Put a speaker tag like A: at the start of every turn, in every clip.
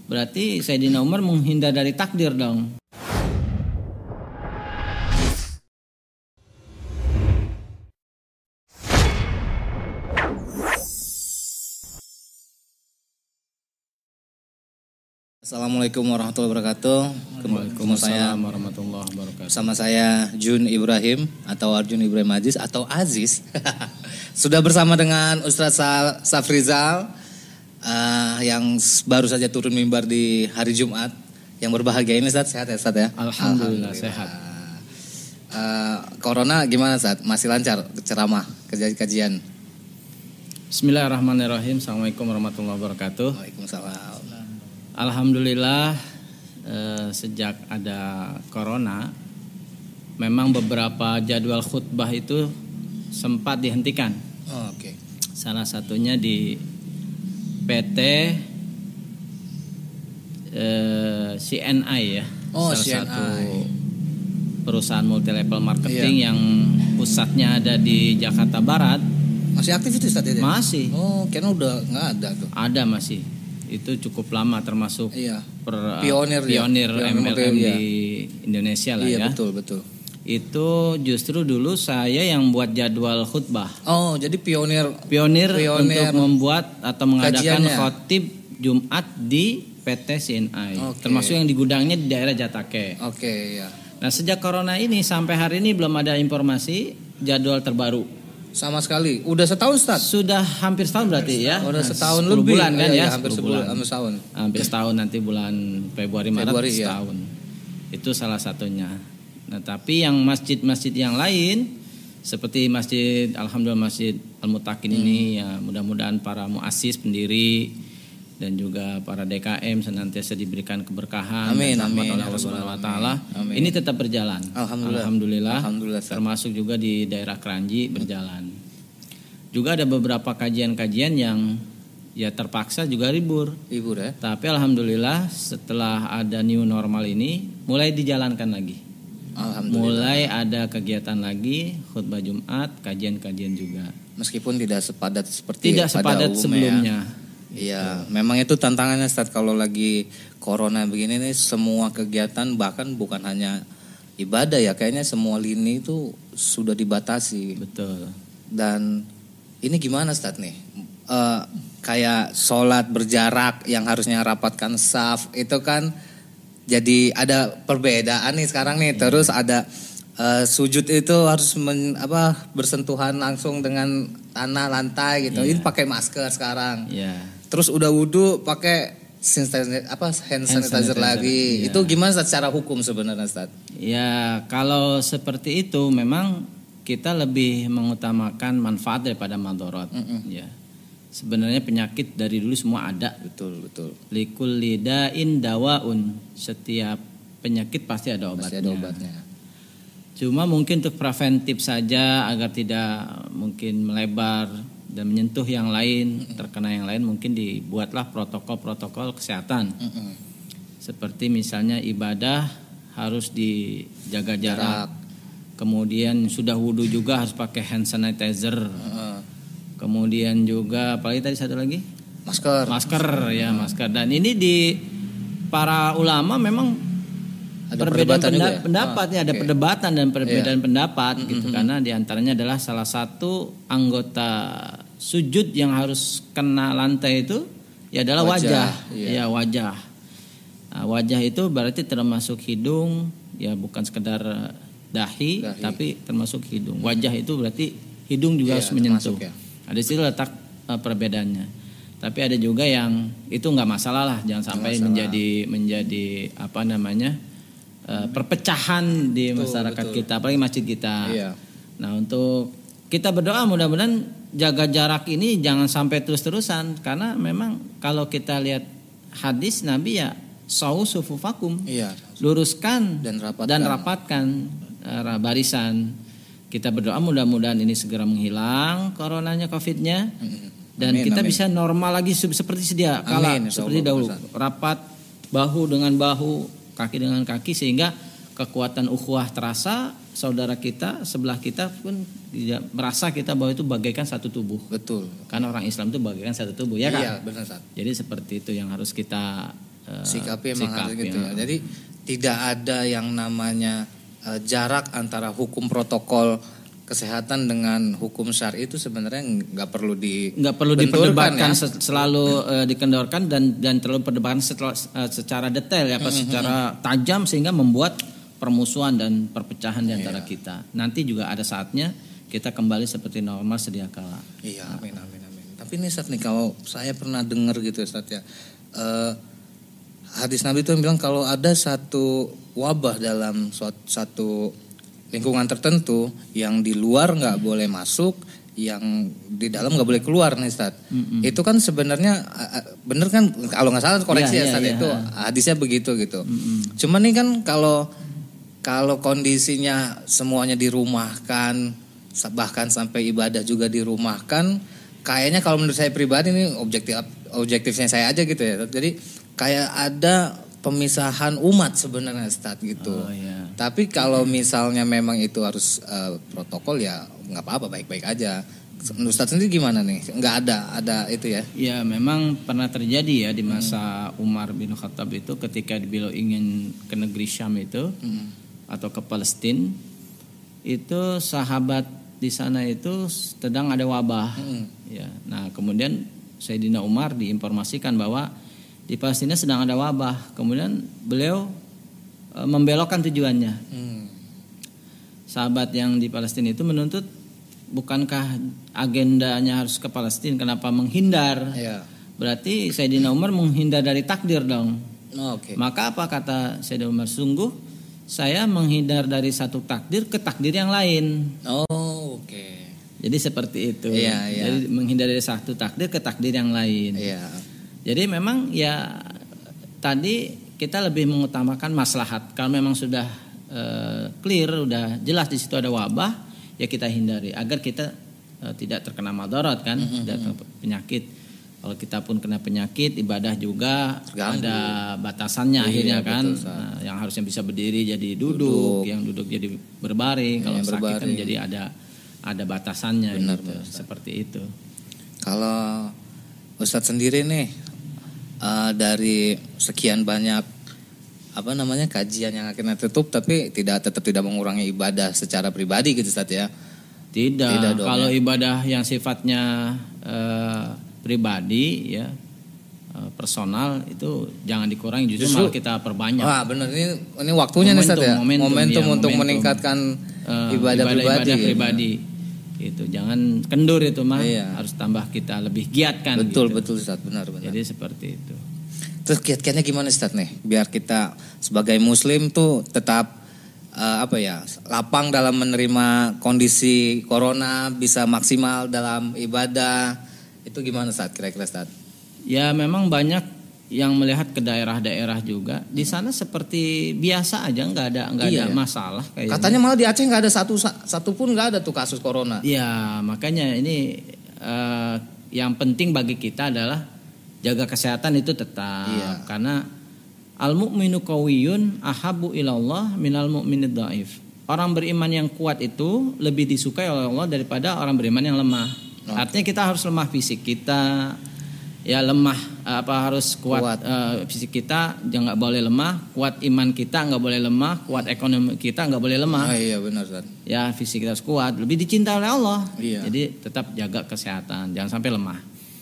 A: Berarti Sayyidina Umar menghindar dari takdir dong.
B: Assalamualaikum warahmatullahi wabarakatuh.
A: Waalaikumsalam warahmatullahi wabarakatuh.
B: Bersama saya Jun Ibrahim atau Arjun Ibrahim Aziz atau Aziz. Sudah bersama dengan Ustadz Safrizal yang baru saja turun mimbar di hari Jumat yang berbahagia ini. Ustadz, sehat ya Ustadz ya?
A: Alhamdulillah sehat.
B: Corona gimana Ustadz? Masih lancar ceramah, kajian?
A: Bismillahirrahmanirrahim. Assalamualaikum warahmatullahi wabarakatuh.
B: Waalaikumsalam.
A: Alhamdulillah sejak ada corona memang beberapa jadwal khutbah itu sempat dihentikan.
B: Oke.
A: Salah satunya di PT CNI ya. Salah
B: CNI.
A: satu perusahaan multi level marketing yang pusatnya ada di Jakarta Barat.
B: Masih aktif itu Ustadz ya?
A: Masih.
B: Oh, kayaknya udah nggak ada tuh.
A: Ada masih. Itu cukup lama termasuk
B: pionir
A: MLM di Indonesia lah ya.
B: Iya betul.
A: Itu justru dulu saya yang buat jadwal khutbah.
B: Oh, jadi pionir
A: untuk membuat atau mengadakan
B: kajiannya.
A: khotib Jumat di PT CNI.
B: Okay.
A: Termasuk yang di gudangnya di daerah Jatake.
B: Oke, ya.
A: Nah, sejak corona ini sampai hari ini belum ada informasi jadwal terbaru.
B: Sama sekali. Udah setahun Ustaz?
A: Sudah hampir setahun berarti ya.
B: Udah setahun
A: 10
B: lebih.
A: bulan kan ya?
B: Hampir 10 bulan.
A: Hampir setahun nanti bulan Februari Maret
B: ya.
A: setahun. Itu salah satunya. Nah, tapi yang masjid-masjid yang lain seperti Alhamdulillah Masjid Al-Mutakin ini ya, mudah-mudahan para muassis pendiri dan juga para DKM senantiasa diberikan keberkahan
B: amin,
A: dan rahmat
B: amin,
A: oleh Allah Subhanahu wa taala.
B: Amin.
A: Ini tetap berjalan. Alhamdulillah. Termasuk juga di daerah Kranji berjalan. Juga ada beberapa kajian-kajian yang ya terpaksa juga libur
B: ya.
A: Tapi alhamdulillah setelah ada new normal ini mulai dijalankan lagi. Mulai ada kegiatan lagi, khutbah Jumat, kajian-kajian juga.
B: Meskipun tidak sepadat seperti pada
A: sebelumnya.
B: Iya, memang itu tantangannya Ustaz kalau lagi corona begini nih, semua kegiatan bahkan bukan hanya ibadah ya, kayaknya semua lini itu sudah dibatasi.
A: Betul.
B: Dan ini gimana Ustaz nih? Kayak sholat berjarak yang harusnya rapatkan saf itu kan jadi ada perbedaan nih sekarang nih. Terus ada sujud itu harus bersentuhan langsung dengan tanah lantai gitu. Ini pakai masker sekarang. Terus udah wudu pakai hand sanitizer lagi. Itu gimana secara hukum sebenarnya Ustaz? Ya,
A: kalau seperti itu memang kita lebih mengutamakan manfaat daripada madharat. Ya. Sebenarnya penyakit dari dulu semua ada.
B: Betul.
A: Likul lidain dawaun. Setiap penyakit pasti ada obatnya. Cuma mungkin untuk preventif saja agar tidak mungkin melebar dan menyentuh yang lain, terkena yang lain, mungkin dibuatlah protokol-protokol kesehatan. Seperti misalnya ibadah harus dijaga jarak. Kemudian sudah wudu juga harus pakai hand sanitizer. Kemudian juga apalagi tadi satu lagi? Masker. Dan ini di para ulama memang ada perbedaan pendapat ya, ada perdebatan dan perbedaan pendapat gitu, karena diantaranya adalah salah satu anggota sujud yang harus kena lantai itu ya adalah wajah. Ya wajah. Nah, wajah itu berarti termasuk hidung ya, bukan sekedar dahi. Tapi termasuk hidung. Wajah itu berarti hidung juga harus menyentuh. Ada situ letak perbedaannya. Tapi ada juga yang itu nggak masalah lah, jangan sampai menjadi perpecahan di masyarakat kita, apalagi masjid kita. Nah, untuk kita berdoa mudah-mudahan jaga jarak ini jangan sampai terus-terusan, karena memang kalau kita lihat hadis Nabi ya sawu sufufakum, luruskan dan rapatkan barisan. Kita berdoa mudah-mudahan ini segera menghilang coronanya, COVID-nya, dan kita bisa normal lagi seperti sedia kala, seperti dahulu, rapat bahu dengan bahu, kaki dengan kaki, sehingga kekuatan ukhuwah terasa. Saudara kita sebelah kita pun merasa kita bahwa itu bagaikan satu tubuh. Betul. Karena orang Islam itu bagaikan satu tubuh, ya kan? Iya, benar. Jadi seperti itu yang harus kita
B: sikapi emang harus gitu ya. Jadi tidak ada yang namanya jarak antara hukum protokol kesehatan dengan hukum syar'i itu sebenarnya nggak perlu
A: diperdebatkan
B: ya.
A: Selalu dikendorkan dan terlalu perdebatkan secara detail ya, secara tajam sehingga membuat permusuhan dan perpecahan di antara kita. Nanti juga ada saatnya kita kembali seperti normal sedia kala.
B: Iya, amin. Tapi nih Ustaz nih, kalau saya pernah dengar gitu Ustaz ya, hadis Nabi itu bilang kalau ada satu wabah dalam satu lingkungan tertentu, yang di luar nggak boleh masuk, yang di dalam nggak boleh keluar nih Ustaz. Itu kan sebenarnya bener kan, kalau nggak salah koreksi ya Ustaz, itu hadisnya begitu gitu. Cuman nih kan kalau kondisinya semuanya dirumahkan, bahkan sampai ibadah juga dirumahkan, kayaknya kalau menurut saya pribadi ini objektifnya saya aja gitu ya. Jadi kayak ada pemisahan umat sebenarnya Ustaz gitu. Tapi kalau misalnya memang itu harus protokol ya nggak apa-apa, baik-baik aja. Ustaz sendiri gimana nih? Nggak ada itu ya?
A: Ya memang pernah terjadi ya di masa Umar bin Khattab itu, ketika beliau ingin ke negeri Syam itu atau ke Palestina, itu sahabat di sana itu sedang ada wabah. Ya, nah kemudian Sayyidina Umar diinformasikan bahwa di Palestina sedang ada wabah. Kemudian beliau membelokkan tujuannya. Sahabat yang di palestina itu menuntut, bukankah agendanya harus ke Palestina, kenapa menghindar? Berarti Sayyidina Umar menghindar dari takdir dong. Maka apa kata Sayyidina Umar? Sungguh saya menghindar dari satu takdir ke takdir yang lain. Jadi seperti itu. Jadi menghindar dari satu takdir ke takdir yang lain. Jadi memang ya tadi kita lebih mengutamakan maslahat. Kalau memang sudah clear, udah jelas di situ ada wabah, ya kita hindari agar kita tidak terkena madarat kan, tidak penyakit. Kalau kita pun kena penyakit, ibadah juga ada batasannya akhirnya kan. Nah, yang harusnya bisa berdiri jadi duduk, yang duduk jadi berbaring. Kalau sakit kan jadi ada batasannya.
B: Benar,
A: gitu. Seperti itu.
B: Kalau Ustadz sendiri nih, dari sekian banyak kajian yang akhirnya tutup, tapi tetap tidak mengurangi ibadah secara pribadi gitu Ustadz ya?
A: Tidak kalau ibadah yang sifatnya pribadi ya, personal, itu jangan dikurangi, justru malah kita perbanyak.
B: Wah benar, ini waktunya nih Ustadz ya, momentum untuk meningkatkan ibadah pribadi. Itu jangan kendur itu mah, harus tambah kita lebih giat kan. Betul Ustaz, benar.
A: Jadi seperti itu.
B: Terus giat-giatnya gimana Ustaz nih, biar kita sebagai muslim tuh tetap lapang dalam menerima kondisi corona, bisa maksimal dalam ibadah. Itu gimana Ustaz kira-kira Ustaz? Ya
A: memang banyak yang melihat ke daerah-daerah juga, di sana seperti biasa aja, nggak ada masalah kayaknya.
B: Katanya malah di Aceh nggak ada satu pun nggak ada tuh kasus corona.
A: Ya makanya ini yang penting bagi kita adalah jaga kesehatan itu tetap, karena al-mu'minu qawiyyun ahabbu ilallah minal mu'minid dhaif. Orang beriman yang kuat itu lebih disukai oleh Allah daripada orang beriman yang lemah. Artinya kita harus lemah fisik kita. Ya lemah harus kuat. Fisik kita jangan, nggak boleh lemah, kuat iman kita nggak boleh lemah, kuat ekonomi kita nggak boleh lemah.
B: Iya benar Ustaz.
A: Ya fisik kita harus kuat, lebih dicintai oleh Allah. Jadi tetap jaga kesehatan, jangan sampai lemah.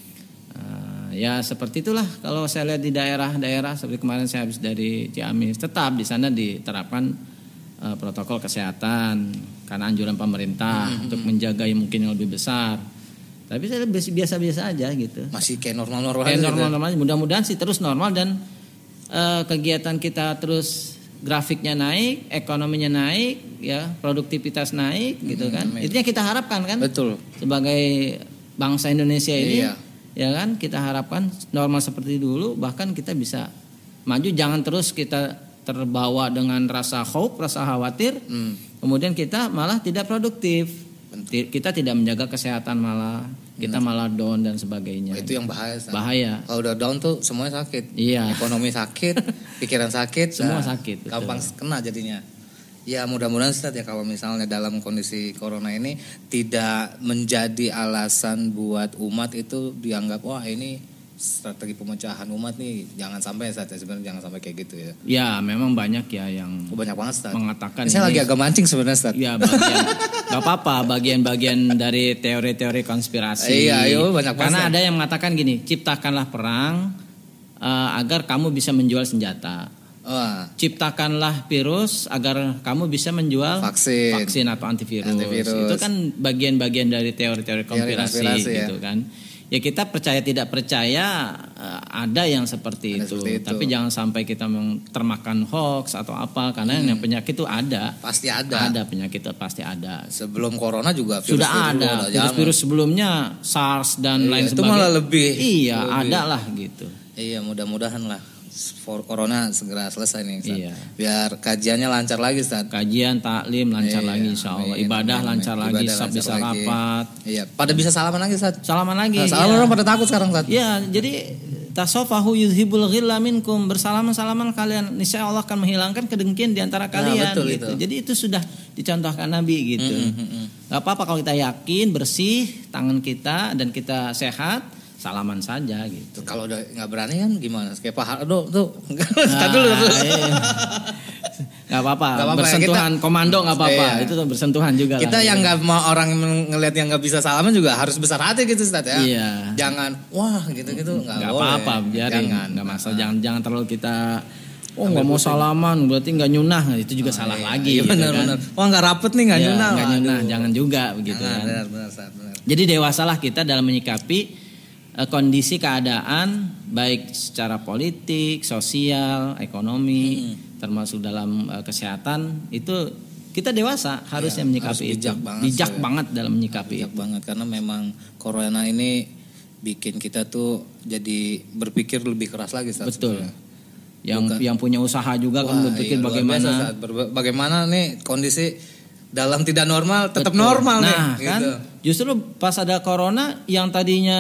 A: Ya seperti itulah kalau saya lihat di daerah-daerah, seperti kemarin saya habis dari Ciamis, tetap di sana diterapkan protokol kesehatan karena anjuran pemerintah untuk menjaga yang mungkin yang lebih besar. Tapi saya biasa-biasa aja gitu.
B: Masih kayak normal-normal.
A: Mudah-mudahan sih terus normal, dan kegiatan kita terus grafiknya naik, ekonominya naik, ya produktivitas naik gitu kan. Itu yang kita harapkan kan.
B: Betul.
A: Sebagai bangsa Indonesia ini, ya kan, kita harapkan normal seperti dulu, bahkan kita bisa maju. Jangan terus kita terbawa dengan rasa khauf, rasa khawatir, kemudian kita malah tidak produktif. Kita tidak menjaga kesehatan, malah kita malah down dan sebagainya.
B: Itu yang bahaya.
A: Bahaya.
B: Kalau udah down tuh semuanya sakit. Ekonomi sakit, pikiran sakit,
A: semua sakit.
B: Gampang kena jadinya. Ya mudah-mudahan Ustaz ya, kalau misalnya dalam kondisi corona ini tidak menjadi alasan buat umat itu dianggap wah ini strategi pemecahan umat nih jangan sampai Ustaz ya, sebenarnya jangan sampai kayak gitu ya.
A: Ya memang banyak ya yang
B: banyak banget Ustaz
A: mengatakan
B: saya lagi agak mancing sebenarnya Ustaz.
A: Ya gak apa-apa bagian-bagian dari teori-teori konspirasi.
B: Iya, banyak banget.
A: Karena ada yang mengatakan gini, ciptakanlah perang agar kamu bisa menjual senjata. Ciptakanlah virus agar kamu bisa menjual vaksin atau antivirus. Itu kan bagian-bagian dari teori-teori konspirasi gitu ya. Kan. Ya kita percaya tidak percaya ada yang seperti itu. Tapi jangan sampai kita termakan hoax atau apa karena yang penyakit itu ada.
B: Pasti ada.
A: Ada penyakit itu pasti ada.
B: Sebelum corona juga
A: sudah ada. Virus sebelumnya SARS dan lain sebagainya.
B: Itu malah lebih.
A: Iya, ada lah gitu.
B: Iya, mudah-mudahan lah corona segera selesai nih Ustaz.
A: Iya.
B: Biar kajiannya lancar lagi Ustaz.
A: Kajian taklim lancar lagi insyaallah. Ibadah lancar lagi, sab bisa rapat.
B: Iya, pada bisa salaman lagi Ustaz.
A: Salaman lagi.
B: Salaman orang pada takut sekarang Ustaz.
A: Iya, jadi tasafahu yuzhibul ghilla minkum, bersalaman-salaman kalian niscaya Allah akan menghilangkan kedengkian di antara kalian
B: betul,
A: gitu. Jadi itu sudah dicontohkan Nabi gitu. Gak apa-apa kalau kita yakin bersih tangan kita dan kita sehat, salaman saja gitu.
B: Kalau udah nggak berani kan gimana? Kayak Pak Hardo tuh. Dulu.
A: Nggak apa-apa. Bersentuhan kita, komando nggak apa-apa. Iya. Itu tuh bersentuhan juga.
B: Kita yang nggak mau orang ngelihat yang nggak bisa salaman juga harus besar hati gitu Ustaz ya.
A: Iya.
B: Jangan wah gitu-gitu nggak
A: apa-apa. Biarin. Nggak masalah. Jangan terlalu kita. Nggak mau salaman berarti nggak nyunah, itu juga salah lagi.
B: Iya, benar-benar. Gitu kan. Nggak rapet nih nggak nyunah.
A: Nggak nyunah, jangan juga begitu kan.
B: Benar.
A: Jadi dewasalah kita dalam menyikapi kondisi keadaan baik secara politik, sosial, ekonomi, termasuk dalam kesehatan itu kita dewasa harusnya menyikapi
B: bijak
A: itu.
B: Banget,
A: bijak banget dalam menyikapi
B: bijak banget karena memang corona ini bikin kita tuh jadi berpikir lebih keras lagi Ustaz.
A: Betul. Yang punya usaha juga kan berpikir
B: bagaimana nih kondisi dalam tidak normal tetap normal nih.
A: Nah, kan justru pas ada corona yang tadinya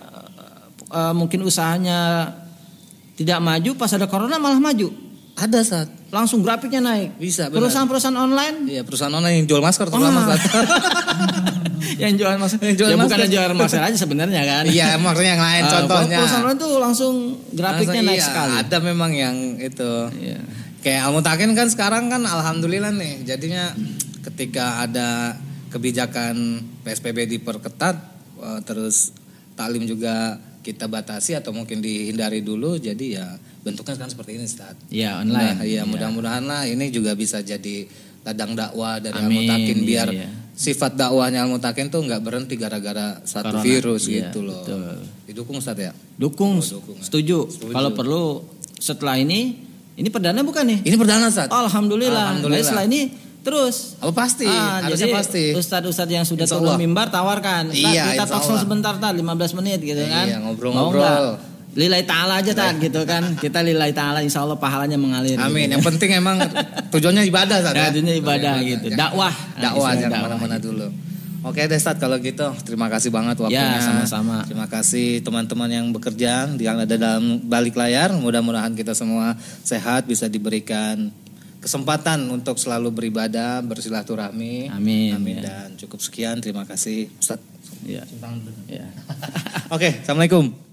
A: mungkin usahanya tidak maju, pas ada corona malah maju.
B: Ada saat
A: langsung grafiknya naik.
B: Bisa.
A: Perusahaan-perusahaan online.
B: Iya, perusahaan online yang jual masker terutama saat.
A: Yang jual masker. Bukan jual masker aja sebenarnya kan.
B: Iya, maksudnya yang lain contohnya.
A: Perusahaan online tuh langsung grafiknya naik sekali.
B: Ada memang yang itu.
A: Iya.
B: Kayak Al-Mutakin kan sekarang kan alhamdulillah nih. Jadinya ketika ada kebijakan PSBB diperketat, terus taklim juga kita batasi atau mungkin dihindari dulu, jadi ya bentuknya kan seperti ini Ustaz.
A: Iya, online.
B: Mudah-mudahan lah ini juga bisa jadi ladang dakwah dari Al-Mutakin biar sifat dakwahnya Al-Mutakin tuh nggak berhenti gara-gara satu virus gitu loh. Betul. Didukung Ustaz ya?
A: Dukung. Setuju. Kalau perlu setelah ini perdana bukan nih?
B: Ini perdana Ustaz.
A: Alhamdulillah. Nah, setelah ini terus.
B: Pasti. Harusnya pasti.
A: Ustadz yang sudah turun mimbar tawarkan. Kita talkshow sebentar 15 menit gitu kan.
B: Iya, ngobrol-ngobrol.
A: Lillahi ta'ala aja gitu kan. Kita lillahi ta'ala insyaallah pahalanya mengalir.
B: Amin. Gitu. Yang penting emang tujuannya ibadah Ustaz.
A: Tujuannya ibadah gitu. Dakwah
B: jangan kemana-mana dulu. Oke deh Ustaz kalau gitu. Terima kasih banget waktunya.
A: Ya, sama-sama.
B: Terima kasih teman-teman yang bekerja yang ada dalam balik layar. Mudah-mudahan kita semua sehat, bisa diberikan kesempatan untuk selalu beribadah, bersilaturahmi.
A: Amin.
B: Dan cukup sekian, terima kasih Ustaz.
A: Ya.
B: Oke, assalamualaikum.